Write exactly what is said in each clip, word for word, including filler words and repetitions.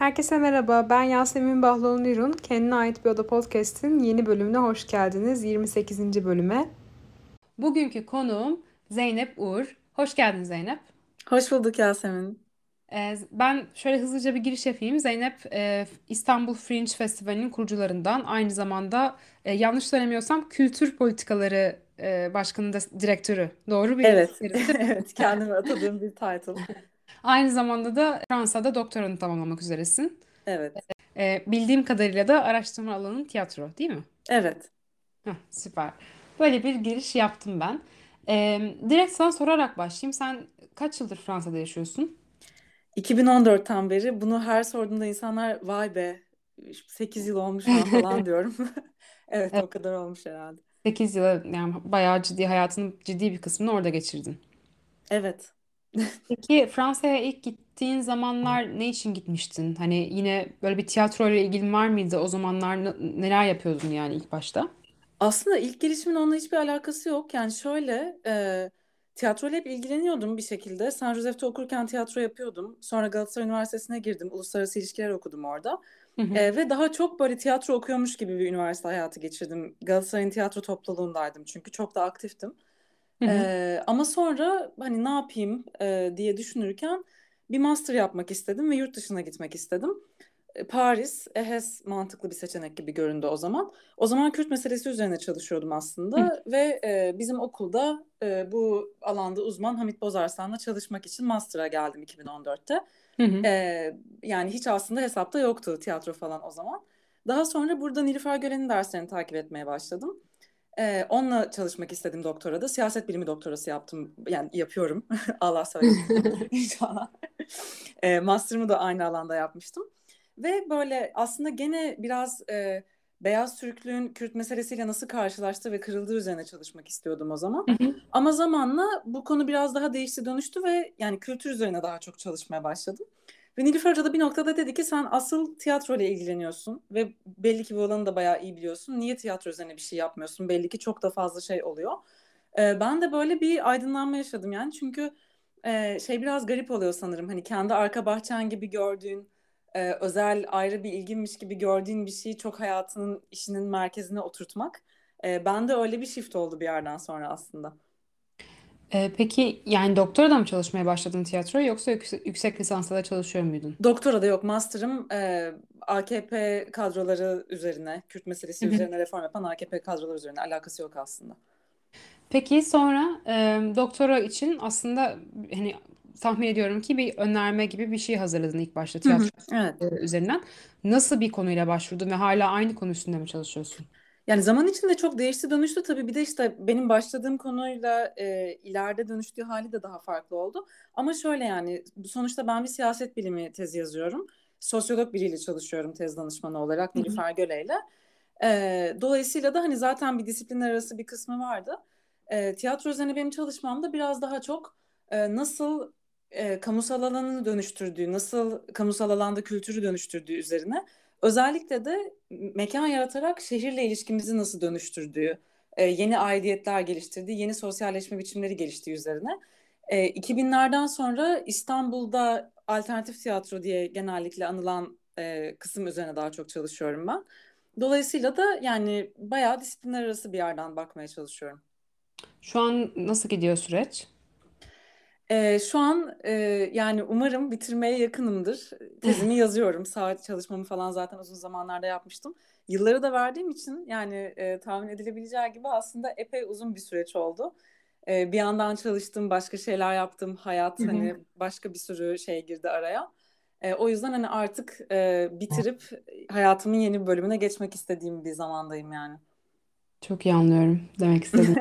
Herkese merhaba, ben Yasemin Bahlol-Nurun. Kendine ait bir oda podcast'in yeni bölümüne hoş geldiniz. yirmi sekizinci bölüme. Bugünkü konuğum Zeynep Uğur. Hoş geldin Zeynep. Hoş bulduk Yasemin. Ee, ben şöyle hızlıca bir giriş yapayım. Zeynep e, İstanbul Fringe Festivali'nin kurucularından, aynı zamanda e, yanlış söylemiyorsam Kültür Politikaları e, Başkanı da direktörü. Doğru bir Evet, yeriz, değil mi? evet kendime atadığım bir title. Aynı zamanda da Fransa'da doktoranı tamamlamak üzeresin. Evet, E, bildiğim kadarıyla da araştırma alanın tiyatro, değil mi? evet. Heh, süper. Böyle bir giriş yaptım ben. Ee, direkt sana sorarak başlayayım. Sen kaç yıldır Fransa'da yaşıyorsun? iki bin on dörtten beri bunu her sorduğumda insanlar vay be sekiz yıl olmuş ha falan diyorum. Evet Evet, o kadar olmuş herhalde. sekiz yıl, yani bayağı ciddi, hayatının ciddi bir kısmını orada geçirdin. Evet. Peki Fransa'ya ilk gittiğin zamanlar ne için gitmiştin? Hani yine böyle bir tiyatroyla ilgin var mıydı? O zamanlar n- neler yapıyordun yani ilk başta? Aslında ilk gelişimin onunla hiçbir alakası yok. Yani şöyle e, tiyatroyla hep ilgileniyordum bir şekilde. Saint Joseph'te okurken tiyatro yapıyordum. Sonra Galatasaray Üniversitesi'ne girdim. Uluslararası ilişkiler okudum orada. Hı hı. E, ve daha çok böyle tiyatro okuyormuş gibi bir üniversite hayatı geçirdim. Galatasaray'ın tiyatro topluluğundaydım çünkü çok da aktiftim. Hı hı. E, ama sonra hani ne yapayım e, diye düşünürken bir master yapmak istedim ve yurt dışına gitmek istedim. E, Paris, Ehes mantıklı bir seçenek gibi göründü o zaman. O zaman Kürt meselesi üzerine çalışıyordum Hı aslında ve e, bizim okulda e, bu alanda uzman Hamit Bozarslan'la çalışmak için master'a geldim iki bin on dörtte. hı. Hı. E, Yani hiç aslında hesapta yoktu tiyatro falan o zaman. Daha sonra burada Nilüfer Gören'in derslerini takip etmeye başladım. E, onunla çalışmak istedim doktorada. Siyaset bilimi doktorası yaptım. Yani yapıyorum. Allah söylemesin inşallah. E, master'ımı da aynı alanda yapmıştım. Ve böyle aslında gene biraz e, beyaz Türklüğün Kürt meselesiyle nasıl karşılaştığı ve kırıldığı üzerine çalışmak istiyordum o zaman. Hı hı. Ama zamanla bu konu biraz daha değişti dönüştü ve yani kültür üzerine daha çok çalışmaya başladım. Ve Nilüfer Hoca da bir noktada dedi ki sen asıl tiyatro ile ilgileniyorsun ve belli ki bu alanı da bayağı iyi biliyorsun. Niye tiyatro üzerine bir şey yapmıyorsun? Belli ki çok da fazla şey oluyor. Ee, ben de böyle bir aydınlanma yaşadım yani çünkü e, şey biraz garip oluyor sanırım. Hani kendi arka bahçen gibi gördüğün, e, özel ayrı bir ilginmiş gibi gördüğün bir şeyi çok hayatının işinin merkezine oturtmak. E, ben de öyle bir shift oldu bir yerden sonra aslında. Ee, peki yani doktora da mı çalışmaya başladın tiyatro, yoksa yüksek, yüksek lisansta da çalışıyor muydun? Doktora da yok, master'ım e, A K P kadroları üzerine, Kürt meselesi üzerine reform yapan A K P kadroları üzerine, alakası yok aslında. Peki sonra e, doktora için aslında hani tahmin ediyorum ki bir önerme gibi bir şey hazırladın ilk başta Hı hı, tiyatro evet. e, üzerinden. Nasıl bir konuyla başvurdun ve hala aynı konu üstünde mi çalışıyorsun? Yani zaman içinde çok değişti dönüştü tabii, bir de işte benim başladığım konuyla e, ileride dönüştüğü hali de daha farklı oldu. Ama şöyle yani sonuçta ben bir siyaset bilimi tezi yazıyorum. Sosyolog biriyle çalışıyorum tez danışmanı olarak Hı hı. Nilüfer Göle'yle. E, dolayısıyla da hani zaten bir disiplinler arası bir kısmı vardı. E, tiyatro üzerine benim çalışmam da biraz daha çok e, nasıl e, kamusal alanını dönüştürdüğü, nasıl kamusal alanda kültürü dönüştürdüğü üzerine. Özellikle de mekan yaratarak şehirle ilişkimizi nasıl dönüştürdüğü, e, yeni aidiyetler geliştirdiği, yeni sosyalleşme biçimleri geliştiği üzerine. E, iki binlerden sonra İstanbul'da alternatif tiyatro diye genellikle anılan e, kısım üzerine daha çok çalışıyorum ben. Dolayısıyla da yani bayağı disiplinler arası bir yerden bakmaya çalışıyorum. Şu an nasıl gidiyor süreç? Ee, şu an e, yani umarım bitirmeye yakınımdır. Tezimi yazıyorum. Saat çalışmamı falan zaten uzun zamanlarda yapmıştım. Yılları da verdiğim için yani e, tahmin edilebileceği gibi aslında epey uzun bir süreç oldu. E, bir yandan çalıştım, başka şeyler yaptım. Hı Hayat hı. hani başka bir sürü şey girdi araya. E, o yüzden hani artık e, bitirip hayatımın yeni bir bölümüne geçmek istediğim bir zamandayım yani. Çok iyi anlıyorum demek istedim.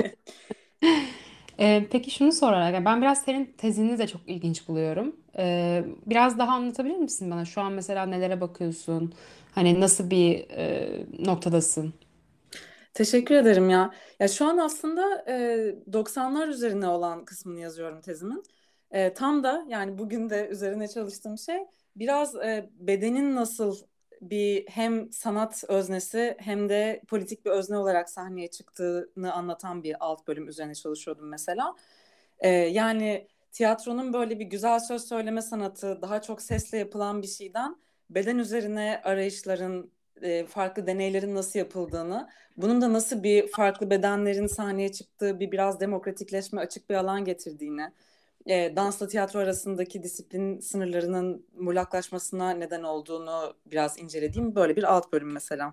Ee, peki şunu sorarak, yani ben biraz senin tezini de çok ilginç buluyorum. Ee, biraz daha anlatabilir misin bana? Şu an mesela nelere bakıyorsun? Hani nasıl bir e, noktadasın? Teşekkür ederim ya. Ya şu an aslında e, doksanlar üzerine olan kısmını yazıyorum tezimin. E, tam da yani bugün de üzerine çalıştığım şey biraz e, bedenin nasıl bir hem sanat öznesi hem de politik bir özne olarak sahneye çıktığını anlatan bir alt bölüm üzerine çalışıyordum mesela. E, yani tiyatronun böyle bir güzel söz söyleme sanatı, daha çok sesle yapılan bir şeyden beden üzerine arayışların, e, farklı deneylerin nasıl yapıldığını, bunun da nasıl bir farklı bedenlerin sahneye çıktığı bir biraz demokratikleşme, açık bir alan getirdiğini, e, dansla tiyatro arasındaki disiplin sınırlarının muğlaklaşmasına neden olduğunu biraz incelediğim böyle bir alt bölüm mesela.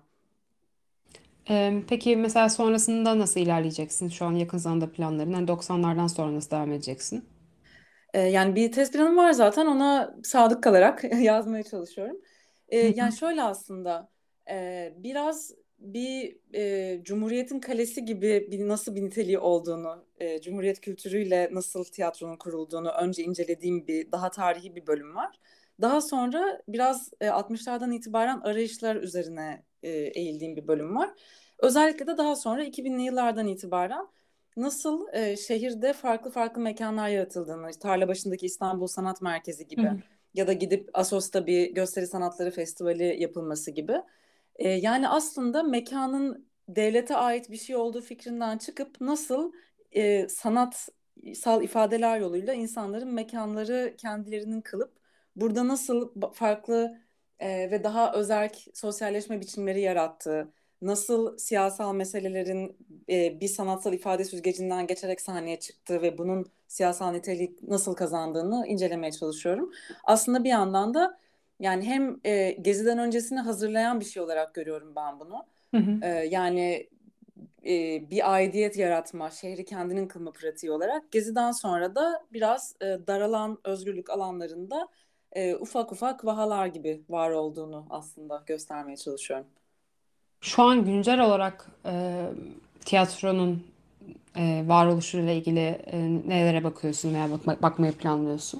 Ee, peki mesela sonrasında nasıl ilerleyeceksin? Şu an yakın zamanda planların. Hani doksanlardan sonra nasıl devam edeceksin? Ee, yani bir test planım var zaten, ona sadık kalarak yazmaya çalışıyorum. Ee, Hı yani şöyle aslında e, biraz bir e, Cumhuriyet'in kalesi gibi bir nasıl bir niteliği olduğunu, e, Cumhuriyet kültürüyle nasıl tiyatronun kurulduğunu önce incelediğim bir daha tarihi bir bölüm var. Daha sonra biraz e, altmışlardan itibaren arayışlar üzerine e, eğildiğim bir bölüm var. Özellikle de daha sonra iki binli yıllardan itibaren nasıl e, şehirde farklı farklı mekanlar yaratıldığını, işte Tarlabaşı'ndaki İstanbul Sanat Merkezi gibi hı. ya da gidip Assos'ta bir gösteri sanatları festivali yapılması gibi. E, yani aslında mekanın devlete ait bir şey olduğu fikrinden çıkıp nasıl e, sanatsal ifadeler yoluyla insanların mekanları kendilerinin kılıp burada nasıl ba- farklı e, ve daha özerk sosyalleşme biçimleri yarattığı, nasıl siyasal meselelerin e, bir sanatsal ifade süzgecinden geçerek sahneye çıktığı ve bunun siyasal nitelik nasıl kazandığını incelemeye çalışıyorum. Aslında bir yandan da yani hem e, Gezi'den öncesini hazırlayan bir şey olarak görüyorum ben bunu. Hı hı. E, yani e, bir aidiyet yaratma, şehri kendinin kılma pratiği olarak Gezi'den sonra da biraz e, daralan özgürlük alanlarında e, ufak ufak vahalar gibi var olduğunu aslında göstermeye çalışıyorum. Şu an güncel olarak e, tiyatronun e, varoluşuyla ilgili e, nelere bakıyorsun veya bakma- bakmayı planlıyorsun?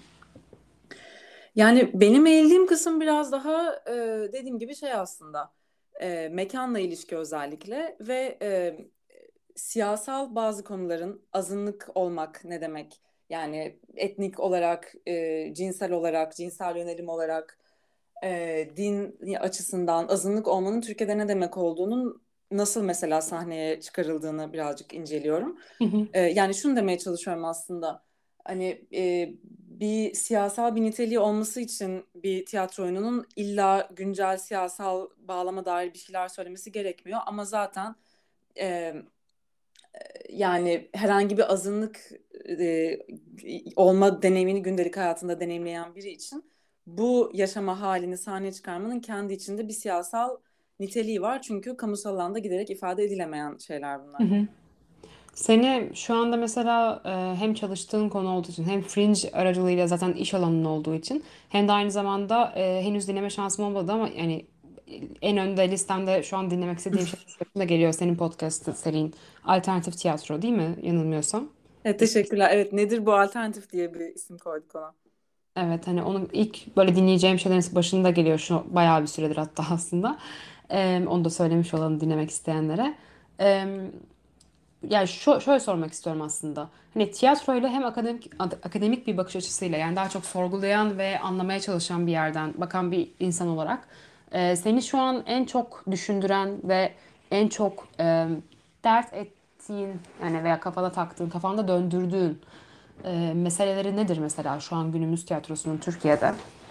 Yani benim eğildiğim kısım biraz daha e, dediğim gibi şey aslında e, mekanla ilişki özellikle ve e, siyasal bazı konuların azınlık olmak ne demek? Yani etnik olarak, e, cinsel olarak, cinsel yönelim olarak, e, din açısından azınlık olmanın Türkiye'de ne demek olduğunun nasıl mesela sahneye çıkarıldığını birazcık inceliyorum. Hı hı. E, yani şunu demeye çalışıyorum aslında. Hani e, bir siyasal bir niteliği olması için bir tiyatro oyununun illa güncel siyasal bağlama dair bir şeyler söylemesi gerekmiyor. Ama zaten e, yani herhangi bir azınlık e, olma deneyimini gündelik hayatında deneyimleyen biri için bu yaşama halini sahneye çıkarmanın kendi içinde bir siyasal niteliği var. Çünkü kamusal alanda giderek ifade edilemeyen şeyler Hı bunlar. hı. Seni şu anda mesela e, hem çalıştığın konu olduğu için hem Fringe aracılığıyla zaten iş alanın olduğu için hem de aynı zamanda e, henüz dinleme şansım olmadı ama yani en önde listemde şu an dinlemek istediğim şey başında geliyor senin podcast serin Alternatif Tiyatro değil mi? Yanılmıyorsam. Evet, İs- teşekkürler. Evet, nedir bu alternatif diye bir isim koyduk ona. Evet hani onun ilk böyle dinleyeceğim şeylerin başında geliyor şu bayağı bir süredir hatta aslında. E, onu da söylemiş olalım dinlemek isteyenlere. Yani şu, şöyle sormak istiyorum aslında. Hani tiyatroyla hem akademik ad- akademik bir bakış açısıyla yani daha çok sorgulayan ve anlamaya çalışan bir yerden bakan bir insan olarak e, seni şu an en çok düşündüren ve en çok e, dert ettiğin yani veya kafada taktığın, kafanda döndürdüğün e, meseleleri nedir mesela şu an günümüz tiyatrosunun Türkiye'de?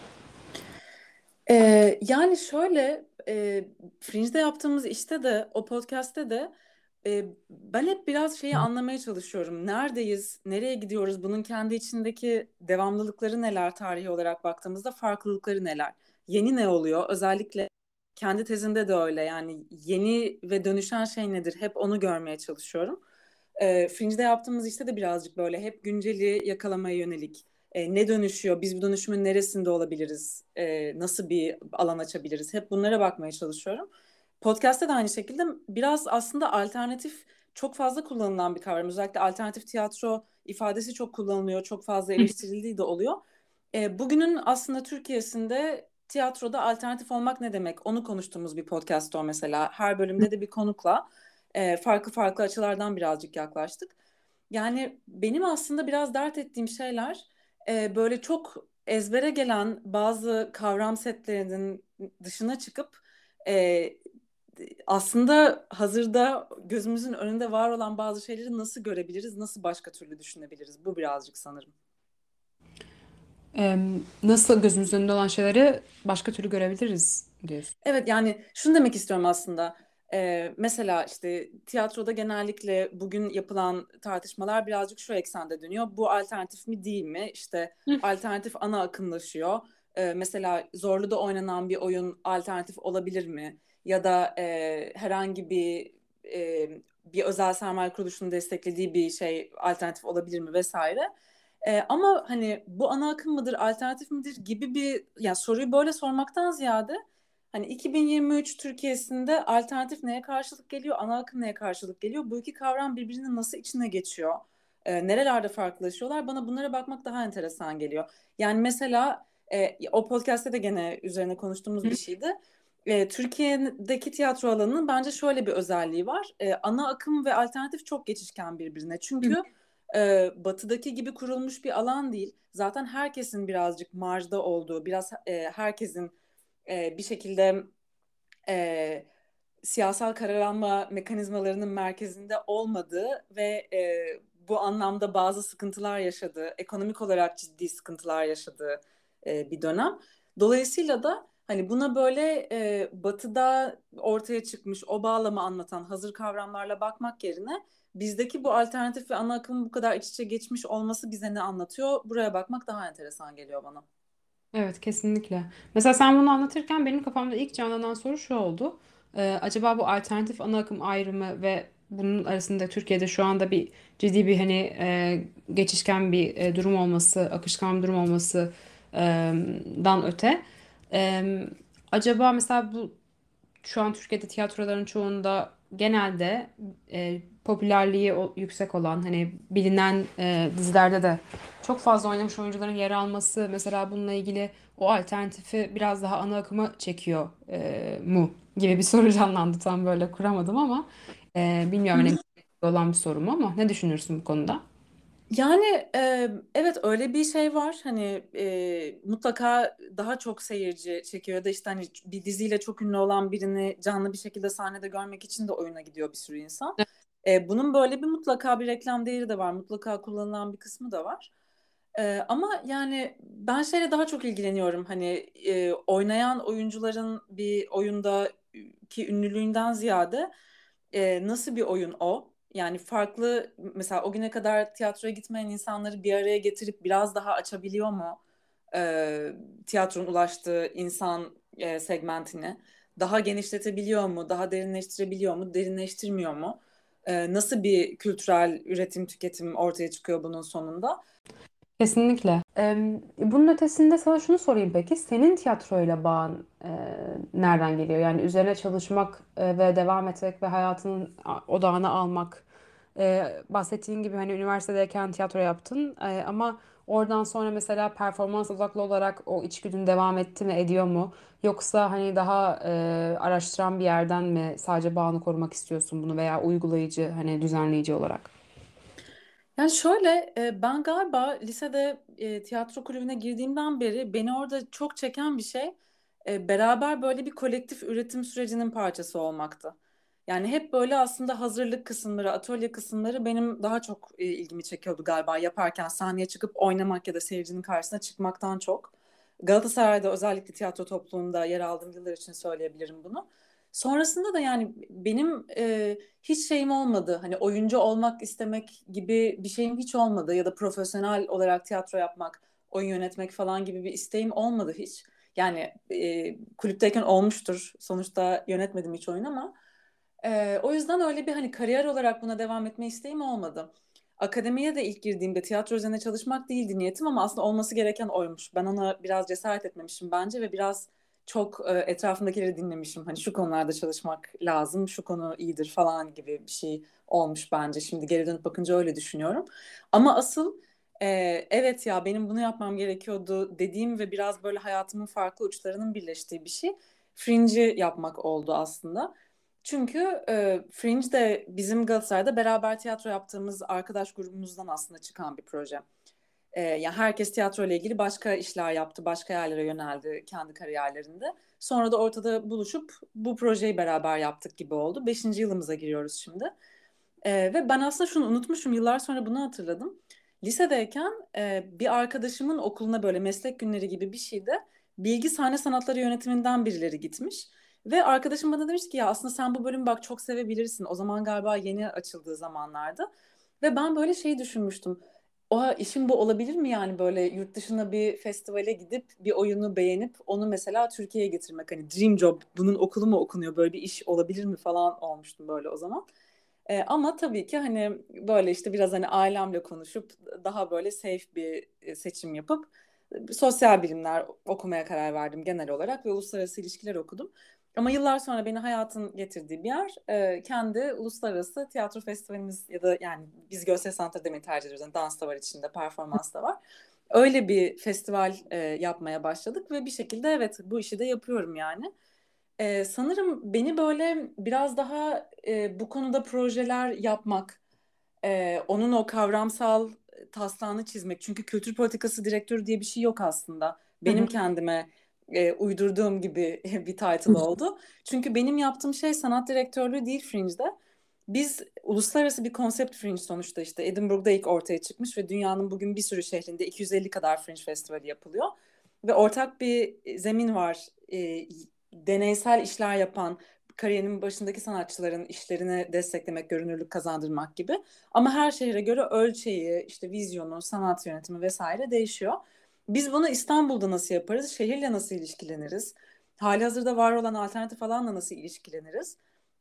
Ee, yani şöyle e, Fringe'de yaptığımız işte de o podcast'te de e, ben hep biraz şeyi anlamaya çalışıyorum. Neredeyiz, nereye gidiyoruz, bunun kendi içindeki devamlılıkları neler tarihi olarak baktığımızda farklılıkları neler? Yeni ne oluyor? Özellikle kendi tezimde de öyle yani yeni ve dönüşen şey nedir? Hep onu görmeye çalışıyorum. E, Fringe'de yaptığımız işte de birazcık böyle hep günceli yakalamaya yönelik. E, ne dönüşüyor? Biz bu dönüşümün neresinde olabiliriz? E, nasıl bir alan açabiliriz? Hep bunlara bakmaya çalışıyorum. Podcast'te de aynı şekilde biraz aslında alternatif çok fazla kullanılan bir kavram. Özellikle alternatif tiyatro ifadesi çok kullanılıyor. Çok fazla eleştirildiği de oluyor. E, bugünün aslında Türkiye'sinde tiyatroda alternatif olmak ne demek? Onu konuştuğumuz bir podcast o mesela. Her bölümde de bir konukla e, farklı farklı açılardan birazcık yaklaştık. Yani benim aslında biraz dert ettiğim şeyler e, böyle çok ezbere gelen bazı kavram setlerinin dışına çıkıp e, aslında hazırda gözümüzün önünde var olan bazı şeyleri nasıl görebiliriz, nasıl başka türlü düşünebiliriz? Bu birazcık sanırım. Ee, Nasıl gözümüzün önünde olan şeyleri başka türlü görebiliriz diyorsun. Evet, yani şunu demek istiyorum aslında. Ee, mesela işte tiyatroda genellikle bugün yapılan tartışmalar birazcık şu eksende dönüyor. Bu alternatif mi değil mi? İşte Hı. alternatif ana akımlaşıyor. Ee, mesela Zorlu'da oynanan bir oyun alternatif olabilir mi? Ya da e, herhangi bir e, bir özel sermaye kuruluşunun desteklediği bir şey alternatif olabilir mi vesaire. Ee, ama hani bu ana akım mıdır, alternatif midir gibi bir, yani soruyu böyle sormaktan ziyade, hani iki bin yirmi üç Türkiye'sinde alternatif neye karşılık geliyor, ana akım neye karşılık geliyor? Bu iki kavram birbirinin nasıl içine geçiyor? Ee, nerelerde farklılaşıyorlar? Bana bunlara bakmak daha enteresan geliyor. Yani mesela e, o podcast'te de gene üzerine konuştuğumuz bir şeydi. E, Türkiye'deki tiyatro alanının bence şöyle bir özelliği var. E, ana akım ve alternatif çok geçişken birbirine. Hı. Çünkü e, batıdaki gibi kurulmuş bir alan değil. Zaten herkesin birazcık marjda olduğu, biraz e, herkesin e, bir şekilde e, siyasal karar alma mekanizmalarının merkezinde olmadığı ve e, bu anlamda bazı sıkıntılar yaşadığı, ekonomik olarak ciddi sıkıntılar yaşadığı e, bir dönem. Dolayısıyla da hani buna böyle e, batıda ortaya çıkmış o bağlamı anlatan hazır kavramlarla bakmak yerine bizdeki bu alternatif ve ana akımın bu kadar iç içe geçmiş olması bize ne anlatıyor? Buraya bakmak daha enteresan geliyor bana. Evet, kesinlikle. Mesela sen bunu anlatırken benim kafamda ilk canlanan soru şu oldu. Ee, acaba bu alternatif ana akım ayrımı ve bunun arasında Türkiye'de şu anda bir ciddi bir hani e, geçişken bir e, durum olması, akışkan bir durum olması e, dan öte. e, Acaba mesela bu şu an Türkiye'de tiyatroların çoğunda genelde e, popülerliği o- yüksek olan hani bilinen e, dizilerde de çok fazla oynamış oyuncuların yer alması mesela bununla ilgili o alternatifi biraz daha ana akıma çekiyor e, mu gibi bir soru canlandı, tam böyle kuramadım ama e, Hı bilmiyorum hı. hani olan bir soru mu, ama ne düşünürsün bu konuda? Yani e, evet, öyle bir şey var, hani e, mutlaka daha çok seyirci çekiyor ya da işte hani bir diziyle çok ünlü olan birini canlı bir şekilde sahnede görmek için de oyuna gidiyor bir sürü insan. E, bunun böyle bir mutlaka bir reklam değeri de var, mutlaka kullanılan bir kısmı da var. E, ama yani ben şeyle daha çok ilgileniyorum, hani e, oynayan oyuncuların bir oyundaki ünlülüğünden ziyade e, nasıl bir oyun o? Yani farklı, mesela o güne kadar tiyatroya gitmeyen insanları bir araya getirip biraz daha açabiliyor mu? E, tiyatronun ulaştığı insan e, segmentini daha genişletebiliyor mu? Daha derinleştirebiliyor mu? Derinleştirmiyor mu? E, nasıl bir kültürel üretim tüketim ortaya çıkıyor bunun sonunda? Kesinlikle. Em, bunun ötesinde sana şunu sorayım peki. Senin tiyatroyla bağın e, nereden geliyor? Yani üzerine çalışmak e, ve devam etmek ve hayatının a- odağına almak. E, bahsettiğin gibi hani üniversitedeyken tiyatro yaptın E, ama oradan sonra mesela performans odaklı olarak o içgüdün devam etti mi, ediyor mu? Yoksa hani daha e, araştıran bir yerden mi sadece bağını korumak istiyorsun bunu, veya uygulayıcı hani düzenleyici olarak? Yani şöyle, e, ben galiba lisede e, tiyatro kulübüne girdiğimden beri beni orada çok çeken bir şey e, beraber böyle bir kolektif üretim sürecinin parçası olmaktı. Yani hep böyle aslında hazırlık kısımları, atölye kısımları benim daha çok e, ilgimi çekiyordu galiba, yaparken sahneye çıkıp oynamak ya da seyircinin karşısına çıkmaktan çok. Galatasaray'da özellikle tiyatro topluluğunda yer aldığım yıllar için söyleyebilirim bunu. Sonrasında da yani benim e, hiç şeyim olmadı. Hani oyuncu olmak istemek gibi bir şeyim hiç olmadı. Ya da profesyonel olarak tiyatro yapmak, oyun yönetmek falan gibi bir isteğim olmadı hiç. Yani e, kulüpteyken olmuştur. Sonuçta yönetmedim hiç oyun ama. E, o yüzden öyle bir hani kariyer olarak buna devam etme isteğim olmadı. Akademiye de ilk girdiğimde tiyatro üzerine çalışmak değildi niyetim ama aslında olması gereken oymuş. Ben ona biraz cesaret etmemişim bence ve biraz çok e, etrafımdakileri dinlemişim. Hani şu konularda çalışmak lazım, şu konu iyidir falan gibi bir şey olmuş bence. Şimdi geri dönüp bakınca öyle düşünüyorum. Ama asıl e, evet ya benim bunu yapmam gerekiyordu dediğim ve biraz böyle hayatımın farklı uçlarının birleştiği bir şey Fringe'i yapmak oldu aslında. Çünkü e, Fringe de bizim Galatasaray'da beraber tiyatro yaptığımız arkadaş grubumuzdan aslında çıkan bir proje. Ee, yani herkes tiyatro ile ilgili başka işler yaptı, başka yerlere yöneldi kendi kariyerlerinde. Sonra da ortada buluşup bu projeyi beraber yaptık gibi oldu. Beşinci yılımıza giriyoruz şimdi. Ee, ve ben aslında şunu unutmuşum, yıllar sonra bunu hatırladım. lisedeyken e, bir arkadaşımın okuluna böyle meslek günleri gibi bir şeyde bilgi sahne sanatları yönetiminden birileri gitmiş. Ve arkadaşım bana demiş ki ya aslında sen bu bölümü bak çok sevebilirsin. O zaman galiba yeni açıldığı zamanlarda. Ve ben böyle şey düşünmüştüm. Oha işim bu olabilir mi yani böyle yurt dışına bir festivale gidip bir oyunu beğenip onu mesela Türkiye'ye getirmek. Hani dream job bunun okulu mu okunuyor böyle bir iş olabilir mi falan olmuştum böyle o zaman. E, ama tabii ki hani böyle işte biraz hani ailemle konuşup daha böyle safe bir e, seçim yapıp e, sosyal bilimler okumaya karar verdim genel olarak ve uluslararası ilişkiler okudum. Ama yıllar sonra beni hayatın getirdiği bir yer e, kendi uluslararası tiyatro festivalimiz ya da yani biz gösteri sanatları demeyi tercih ediyoruz. Yani dans da var içinde, performans da var. Öyle bir festival e, yapmaya başladık ve bir şekilde evet bu işi de yapıyorum yani. Ee, sanırım beni böyle biraz daha e, bu konuda projeler yapmak, e, onun o kavramsal taslağını çizmek. Çünkü kültür politikası direktörü diye bir şey yok aslında. Hı Benim hı. kendime e, uydurduğum gibi bir title oldu. Çünkü benim yaptığım şey sanat direktörlüğü değil Fringe'de. Biz uluslararası bir konsept Fringe sonuçta işte Edinburgh'da ilk ortaya çıkmış ve dünyanın bugün bir sürü şehrinde iki yüz elli kadar Fringe Festivali yapılıyor. Ve ortak bir zemin var. E, deneysel işler yapan, kariyerinin başındaki sanatçıların işlerini desteklemek, görünürlük kazandırmak gibi. Ama her şehre göre ölçeği, işte vizyonu, sanat yönetimi vesaire değişiyor. Biz bunu İstanbul'da nasıl yaparız? Şehirle nasıl ilişkileniriz? Halihazırda var olan alternatif alanla nasıl ilişkileniriz?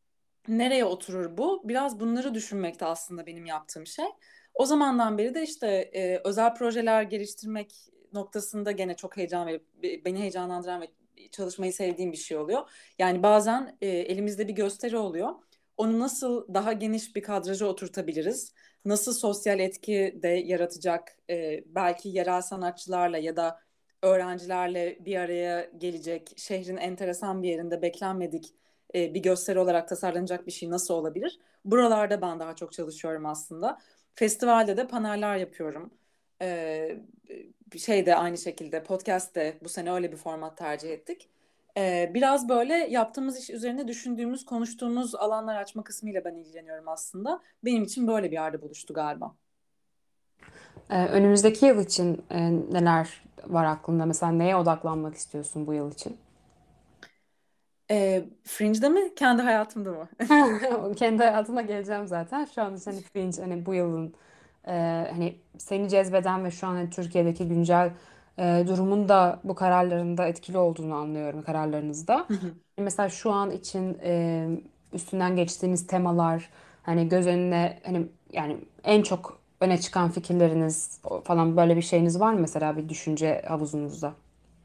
Nereye oturur bu? Biraz bunları düşünmekte aslında benim yaptığım şey. O zamandan beri de işte e, özel projeler geliştirmek noktasında gene çok heyecan verip beni heyecanlandıran ve çalışmayı sevdiğim bir şey oluyor. Yani bazen e, elimizde bir gösteri oluyor. Onu nasıl daha geniş bir kadraja oturtabiliriz? Nasıl sosyal etki de yaratacak? E, belki yerel sanatçılarla ya da öğrencilerle bir araya gelecek, şehrin enteresan bir yerinde beklenmedik e, bir gösteri olarak tasarlanacak bir şey nasıl olabilir? Buralarda ben daha çok çalışıyorum aslında. Festivalde de paneller yapıyorum. Ee, şey de aynı şekilde podcast de bu sene öyle bir format tercih ettik. Ee, biraz böyle yaptığımız iş üzerine düşündüğümüz, konuştuğumuz alanlar açma kısmıyla ben ilgileniyorum aslında. Benim için böyle bir yerde buluştu galiba. Ee, önümüzdeki yıl için e, neler var aklında? Mesela neye odaklanmak istiyorsun bu yıl için? Ee, Fringe'de mi, kendi hayatımda mı? Kendi hayatına geleceğim zaten. Şu anda seni Fringe hani bu yılın e, hani seni cezbeden ve şu an hani Türkiye'deki güncel e, durumun da bu kararlarında etkili olduğunu anlıyorum kararlarınızda. Mesela şu an için e, üstünden geçtiğiniz temalar hani göz önüne hani yani en çok öne çıkan fikirleriniz falan böyle bir şeyiniz var mı mesela bir düşünce havuzunuzda?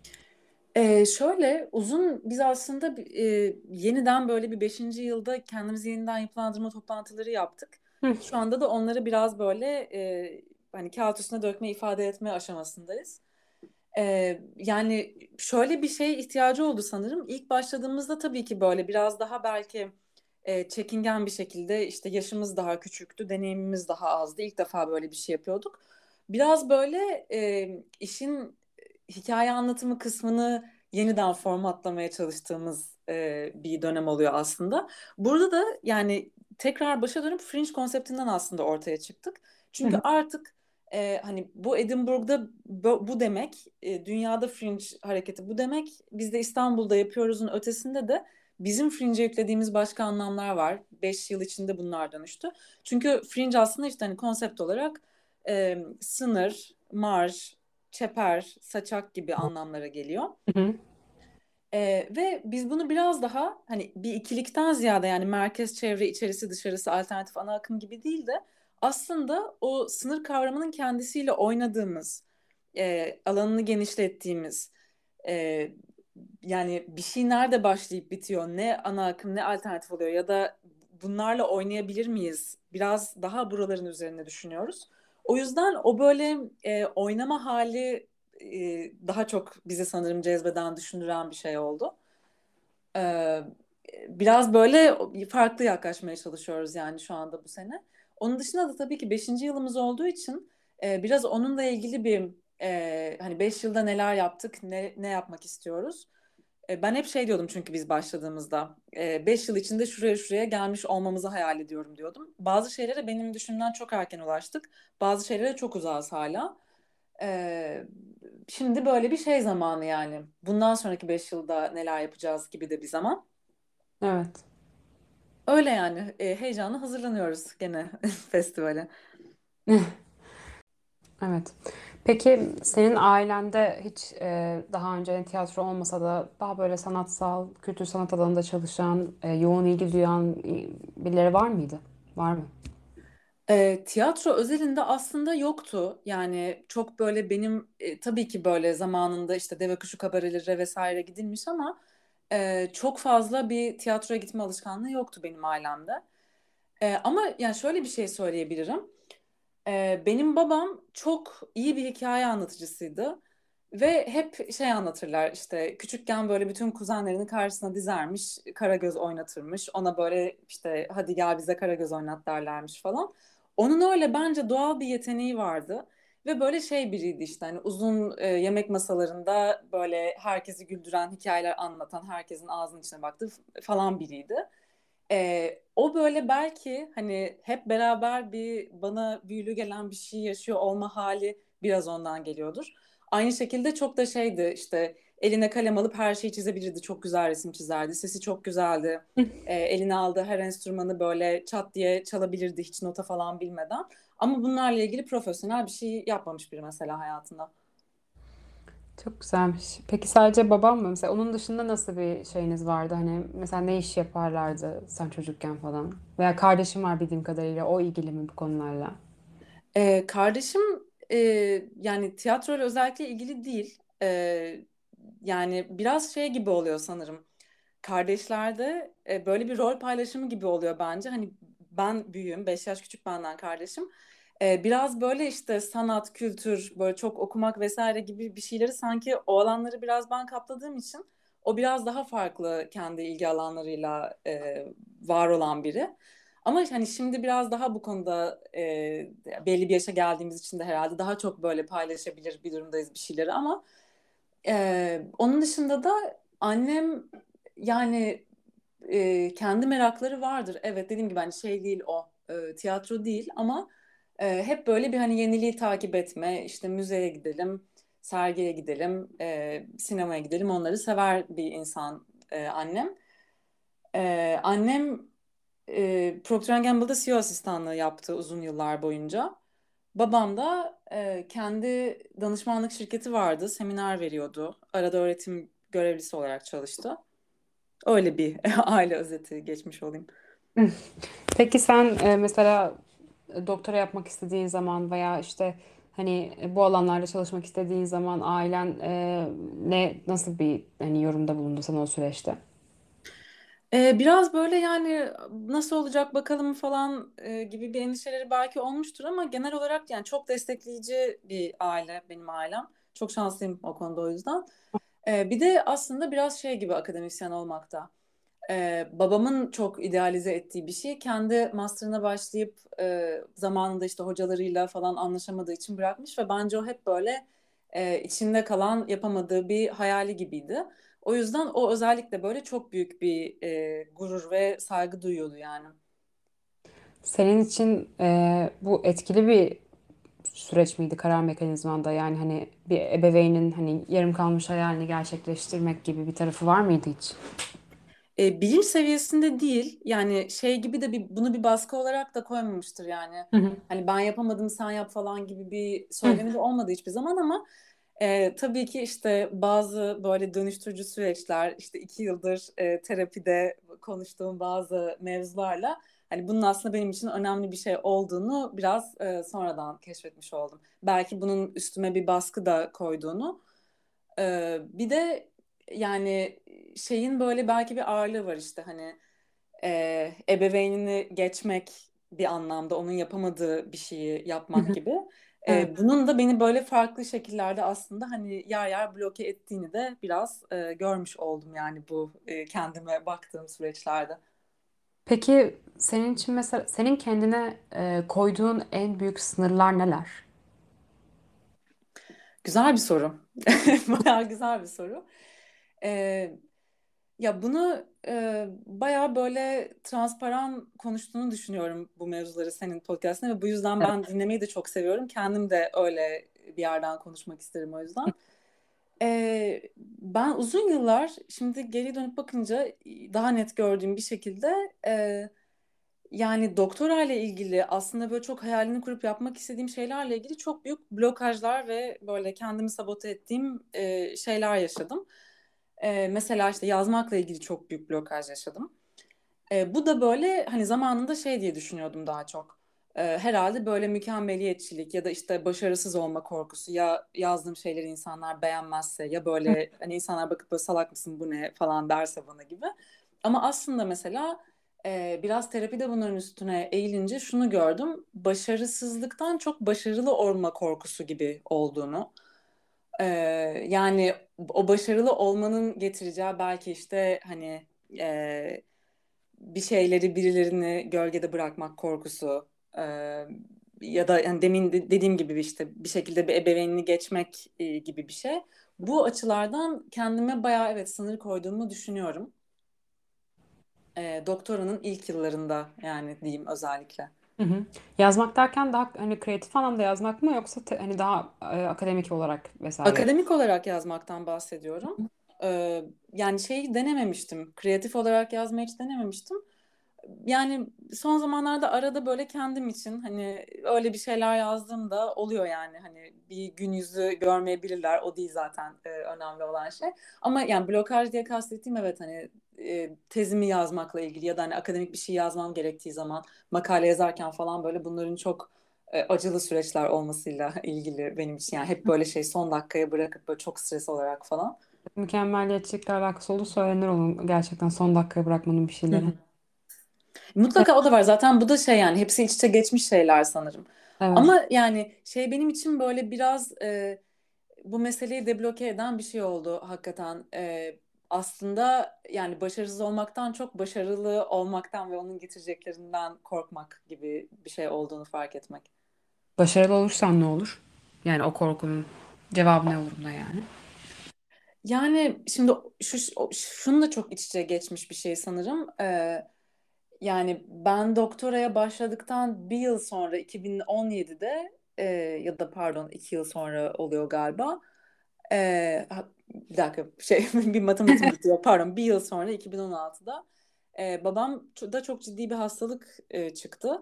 Ee, şöyle uzun biz aslında e, yeniden böyle bir beşinci yılda kendimizi yeniden yapılandırma toplantıları yaptık. Hı Şu anda da onları biraz böyle e, hani kağıt üstüne dökme ifade etme aşamasındayız. Ee, yani şöyle bir şeye ihtiyacı oldu sanırım. İlk başladığımızda tabii ki böyle biraz daha belki e, çekingen bir şekilde işte yaşımız daha küçüktü, deneyimimiz daha azdı. İlk defa böyle bir şey yapıyorduk. Biraz böyle e, işin hikaye anlatımı kısmını yeniden formatlamaya çalıştığımız e, bir dönem oluyor aslında. Burada da yani tekrar başa dönüp Fringe konseptinden aslında ortaya çıktık. Çünkü hı. artık e, hani bu Edinburgh'da bu, bu demek, e, dünyada Fringe hareketi bu demek, biz de İstanbul'da yapıyoruzun ötesinde de bizim Fringe'e yüklediğimiz başka anlamlar var. Beş yıl içinde bunlar dönüştü. Çünkü Fringe aslında işte hani konsept olarak e, sınır, marj, çeper, saçak gibi anlamlara geliyor. Hı hı. Ee, ve biz bunu biraz daha hani bir ikilikten ziyade yani merkez, çevre, içerisi, dışarısı, alternatif ana akım gibi değil de aslında o sınır kavramının kendisiyle oynadığımız, e, alanını genişlettiğimiz, e, yani bir şey nerede başlayıp bitiyor, ne ana akım, ne alternatif oluyor ya da bunlarla oynayabilir miyiz? Biraz daha buraların üzerine düşünüyoruz. O yüzden o böyle e, oynama hali e, daha çok bizi sanırım cezbeden, düşündüren bir şey oldu. Ee, biraz böyle farklı yaklaşmaya çalışıyoruz yani şu anda bu sene. Onun dışında da tabii ki beşinci yılımız olduğu için e, biraz onunla ilgili bir e, hani beş yılda neler yaptık, ne, ne yapmak istiyoruz. E, Ben hep şey diyordum çünkü biz başladığımızda e, beş yıl içinde şuraya şuraya gelmiş olmamızı hayal ediyorum diyordum. Bazı şeylere benim düşündüğümden çok erken ulaştık. Bazı şeylere çok uzağız hala. E, Şimdi böyle bir şey zamanı yani. Bundan sonraki beş yılda neler yapacağız gibi de bir zaman. Evet. Öyle yani e, heyecanla hazırlanıyoruz gene festivale. Evet. Peki senin ailende hiç e, daha önce tiyatro olmasa da daha böyle sanatsal, kültür sanat alanında çalışan, e, yoğun ilgi duyan e, birileri var mıydı? Var mı? E, tiyatro özelinde aslında yoktu. Yani çok böyle benim e, tabii ki böyle zamanında işte deve kuşu kabarelere vesaire gidilmiş ama e, çok fazla bir tiyatroya gitme alışkanlığı yoktu benim ailemde. E, ama yani şöyle bir şey söyleyebilirim. E, benim babam çok iyi bir hikaye anlatıcısıydı. Ve hep şey anlatırlar işte küçükken böyle bütün kuzenlerini karşısına dizermiş, Karagöz oynatırmış. Ona böyle işte hadi gel bize Karagöz oynat derlermiş falan. Onun öyle bence doğal bir yeteneği vardı. Ve böyle şey biriydi işte hani uzun e, yemek masalarında böyle herkesi güldüren hikayeler anlatan, herkesin ağzının içine baktığı f- falan biriydi. Ee, o böyle belki hani hep beraber bir bana büyülü gelen bir şey yaşıyor olma hali biraz ondan geliyordur. Aynı şekilde çok da şeydi işte eline kalem alıp her şeyi çizebilirdi. Çok güzel resim çizerdi. Sesi çok güzeldi. Ee, eline aldığı her enstrümanı böyle çat diye çalabilirdi hiç nota falan bilmeden. Ama bunlarla ilgili profesyonel bir şey yapmamış biri mesela hayatında. Çok güzelmiş. Peki sadece babam mı? Mesela onun dışında nasıl bir şeyiniz vardı? Hani mesela ne iş yaparlardı sen çocukken falan? Veya kardeşim var bildiğim kadarıyla. O ilgili mi bu konularla? Ee, kardeşim e, yani tiyatroyla özellikle ilgili değil. Ee, yani biraz şey gibi oluyor sanırım. Kardeşlerde e, böyle bir rol paylaşımı gibi oluyor bence. Hani ben büyüğüm, beş yaş küçük benden kardeşim. Ee, biraz böyle işte sanat, kültür, böyle çok okumak vesaire gibi bir şeyleri sanki o alanları biraz ben kapladığım için o biraz daha farklı kendi ilgi alanlarıyla e, var olan biri. Ama hani şimdi biraz daha bu konuda e, belli bir yaşa geldiğimiz için de herhalde daha çok böyle paylaşabilir bir durumdayız bir şeyleri ama e, onun dışında da annem yani e, kendi merakları vardır. Evet dediğim gibi hani şey değil o e, tiyatro değil ama e, hep böyle bir hani yeniliği takip etme işte müzeye gidelim, sergiye gidelim, e, sinemaya gidelim onları sever bir insan e, annem. E, annem e, Procter and Gamble'da C E O asistanlığı yaptı uzun yıllar boyunca. Babam da e, kendi danışmanlık şirketi vardı, seminer veriyordu. Arada öğretim görevlisi olarak çalıştı. Öyle bir aile özeti geçmiş olayım. Peki sen e, mesela doktora yapmak istediğin zaman veya işte hani e, bu alanlarda çalışmak istediğin zaman ailen e, ne nasıl bir hani yorumda bulundu sana o süreçte? Ee, biraz böyle yani nasıl olacak bakalım falan e, gibi bir endişeleri belki olmuştur ama genel olarak yani çok destekleyici bir aile benim ailem. Çok şanslıyım o konuda o yüzden. Ee, bir de aslında biraz şey gibi akademisyen olmakta. Ee, babamın çok idealize ettiği bir şey. Kendi master'ına başlayıp e, zamanında işte hocalarıyla falan anlaşamadığı için bırakmış ve bence o hep böyle e, içinde kalan yapamadığı bir hayali gibiydi. O yüzden o özellikle böyle çok büyük bir e, gurur ve saygı duyuyordu yani. Senin için e, bu etkili bir süreç miydi karar mekanizmanda? Yani hani bir ebeveynin hani yarım kalmış hayalini gerçekleştirmek gibi bir tarafı var mıydı hiç? E, bilinç seviyesinde değil yani şey gibi de bir, bunu bir baskı olarak da koymamıştır yani. Hı hı. Hani ben yapamadım sen yap falan gibi bir Hı. söylemi de olmadı hiçbir zaman ama e, tabii ki işte bazı böyle dönüştürücü süreçler işte iki yıldır e, terapide konuştuğum bazı mevzularla hani bunun aslında benim için önemli bir şey olduğunu biraz e, sonradan keşfetmiş oldum. Belki bunun üstüme bir baskı da koyduğunu. E, bir de yani şeyin böyle belki bir ağırlığı var işte hani e, ebeveynini geçmek bir anlamda onun yapamadığı bir şeyi Hı yapmak hı. gibi. Evet. E, bunun da beni böyle farklı şekillerde aslında hani yer yer bloke ettiğini de biraz e, görmüş oldum yani bu e, kendime baktığım süreçlerde. Peki senin için mesela senin kendine e, koyduğun en büyük sınırlar neler? Güzel bir soru. Bayağı güzel bir soru. Ya bunu e, bayağı böyle transparan konuştuğunu düşünüyorum bu mevzuları senin podcastında ve bu yüzden ben dinlemeyi de çok seviyorum. Kendim de öyle bir yerden konuşmak isterim o yüzden. E, Ben uzun yıllar şimdi geri dönüp bakınca daha net gördüğüm bir şekilde e, yani doktora ile ilgili aslında böyle çok hayalini kurup yapmak istediğim şeylerle ilgili çok büyük blokajlar ve böyle kendimi sabote ettiğim e, şeyler yaşadım. E, mesela işte yazmakla ilgili çok büyük blokaj yaşadım. E, bu da böyle hani zamanında şey diye düşünüyordum daha çok. E, herhalde böyle mükemmeliyetçilik ya da işte başarısız olma korkusu ya yazdığım şeyleri insanlar beğenmezse ya böyle hani insanlar bakıp böyle salak mısın bu ne falan derse bana gibi. Ama aslında mesela e, biraz terapide bunların üstüne eğilince şunu gördüm. Başarısızlıktan çok başarılı olma korkusu gibi olduğunu. E, Yani o başarılı olmanın getireceği belki işte hani e, bir şeyleri birilerini gölgede bırakmak korkusu e, ya da yani demin de- dediğim gibi işte bir şekilde bir ebeveynini geçmek e, gibi bir şey. Bu açılardan kendime bayağı evet sınır koyduğumu düşünüyorum. E, doktoranın ilk yıllarında yani diyeyim özellikle. Hı hı. Yazmak derken daha hani kreatif anlamda yazmak mı yoksa te- hani daha e, akademik olarak vesaire? Akademik olarak yazmaktan bahsediyorum. E, Yani şeyi denememiştim. Kreatif olarak yazmayı hiç denememiştim. Yani son zamanlarda arada böyle kendim için hani öyle bir şeyler yazdığımda oluyor yani hani bir gün yüzü görmeyebilirler o değil zaten e, önemli olan şey ama yani blokaj diye kastettiğim evet hani e, tezimi yazmakla ilgili ya da hani akademik bir şey yazmam gerektiği zaman makale yazarken falan böyle bunların çok e, acılı süreçler olmasıyla ilgili benim için yani hep böyle şey son dakikaya bırakıp böyle çok stres olarak falan. Mükemmeliyetçilikle alakası olduğu söylenir onun gerçekten son dakikaya bırakmanın bir Hı şeyleri. hı. Mutlaka o da var. Zaten bu da şey yani hepsi iç içe geçmiş şeyler sanırım. Evet. Ama yani şey benim için böyle biraz e, bu meseleyi debloke eden bir şey oldu hakikaten. E, aslında yani başarısız olmaktan çok başarılı olmaktan ve onun getireceklerinden korkmak gibi bir şey olduğunu fark etmek. Başarılı olursan ne olur? Yani o korkunun cevabı ne olur buna yani? Yani şimdi şu, şunu da çok iç içe geçmiş bir şey sanırım. E, Yani ben doktoraya başladıktan bir yıl sonra iki bin on yedide e, ya da pardon iki yıl sonra oluyor galiba. E, ha- bir dakika şey bir matematiğim gitti. Pardon bir yıl sonra iki bin on altıda e, babam ço- da çok ciddi bir hastalık e, çıktı.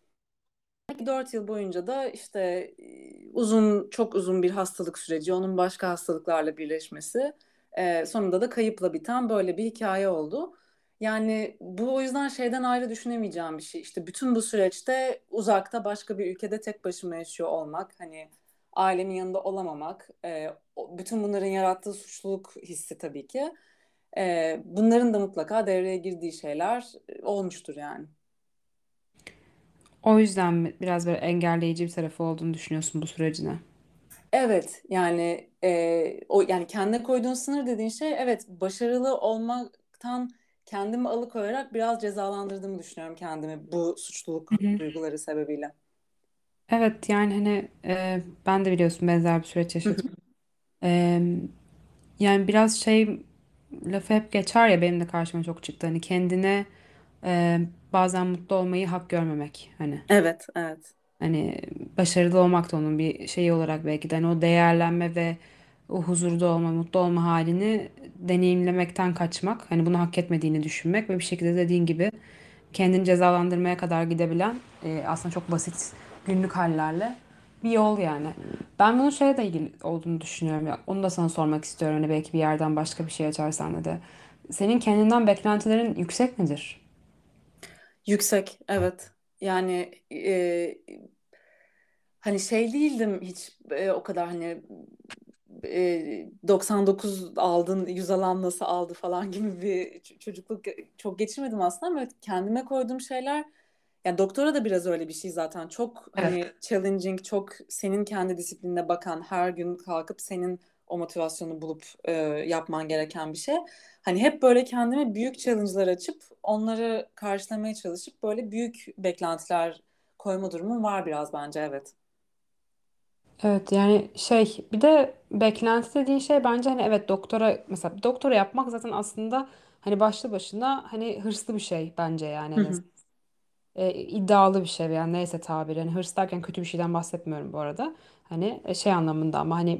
Dört yıl boyunca da işte e, uzun çok uzun bir hastalık süreci, onun başka hastalıklarla birleşmesi, e, sonunda da kayıpla biten böyle bir hikaye oldu. Yani bu o yüzden şeyden ayrı düşünemeyeceğim bir şey. İşte bütün bu süreçte uzakta başka bir ülkede tek başıma yaşıyor olmak, hani ailemin yanında olamamak, e, o- bütün bunların yarattığı suçluluk hissi tabii ki. E, bunların da mutlaka devreye girdiği şeyler e, olmuştur yani. O yüzden mi biraz böyle engelleyici bir tarafı olduğunu düşünüyorsun bu sürecine? Evet yani e, o yani kendine koyduğun sınır dediğin şey evet başarılı olmaktan kendimi alıkoyarak biraz cezalandırdığımı düşünüyorum kendimi bu Hı suçluluk hı. duyguları sebebiyle. Evet yani hani e, ben de biliyorsun benzer bir süreç Hı hı. yaşadım. E, Yani biraz şey lafı hep geçer ya benim de karşıma çok çıktı. Hani kendine e, bazen mutlu olmayı hak görmemek. Hani Evet, evet. hani başarılı olmak da onun bir şeyi olarak belki de hani o değerlenme ve o huzurda olma, mutlu olma halini deneyimlemekten kaçmak. Hani bunu hak etmediğini düşünmek ve bir şekilde dediğin gibi kendini cezalandırmaya kadar gidebilen e, aslında çok basit günlük hallerle bir yol yani. Ben bunun şeye de ilgili olduğunu düşünüyorum ya. Onu da sana sormak istiyorum. Hani belki bir yerden başka bir şey açarsan da. Senin kendinden beklentilerin yüksek midir? Yüksek, evet. Yani e, hani şey değildim hiç e, o kadar hani e, doksan dokuz aldın yüz alan nasıl aldı falan gibi bir ç- çocukluk çok geçirmedim aslında ama evet, kendime koyduğum şeyler yani doktora da biraz öyle bir şey zaten çok Evet. hani challenging çok senin kendi disiplinine bakan her gün kalkıp senin o motivasyonu bulup e, yapman gereken bir şey. Hani hep böyle kendime büyük challenge'lar açıp onları karşılamaya çalışıp böyle büyük beklentiler koyma durumum var biraz bence evet. Evet yani şey bir de beklenti dediğin şey bence hani evet doktora mesela doktora yapmak zaten aslında hani başlı başına hani hırslı bir şey bence yani Hı en hı. azından. E, iddialı bir şey yani neyse tabiri. Hani hırs derken kötü bir şeyden bahsetmiyorum bu arada. Hani e, şey anlamında ama hani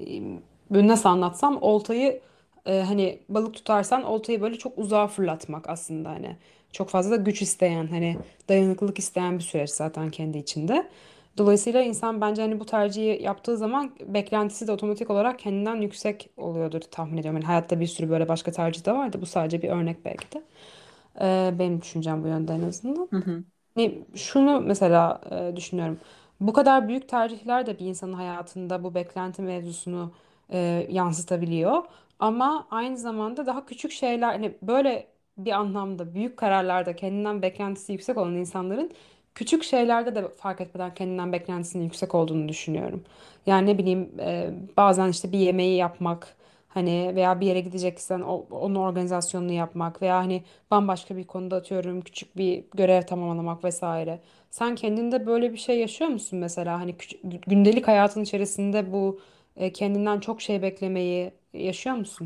e, böyle nasıl anlatsam oltayı e, hani balık tutarsan oltayı böyle çok uzağa fırlatmak aslında hani. Çok fazla da güç isteyen hani dayanıklılık isteyen bir süreç zaten kendi içinde. Dolayısıyla insan bence hani bu tercihi yaptığı zaman beklentisi de otomatik olarak kendinden yüksek oluyordur tahmin ediyorum. Yani hayatta bir sürü böyle başka tercih de vardı. Bu sadece bir örnek belki de. E, benim düşüncem bu yönde en azından. Hı hı. Hani şunu mesela e, düşünüyorum. Bu kadar büyük tercihler de bir insanın hayatında bu beklenti mevzusunu e, yansıtabiliyor. Ama aynı zamanda daha küçük şeyler hani böyle bir anlamda büyük kararlarda kendinden beklentisi yüksek olan insanların küçük şeylerde de fark etmeden kendinden beklentisinin yüksek olduğunu düşünüyorum. Yani ne bileyim e, bazen işte bir yemeği yapmak hani veya bir yere gideceksen o, onun organizasyonunu yapmak veya hani bambaşka bir konuda atıyorum küçük bir görev tamamlamak vesaire. Sen kendinde böyle bir şey yaşıyor musun mesela? Hani küç- gündelik hayatın içerisinde bu e, kendinden çok şey beklemeyi yaşıyor musun?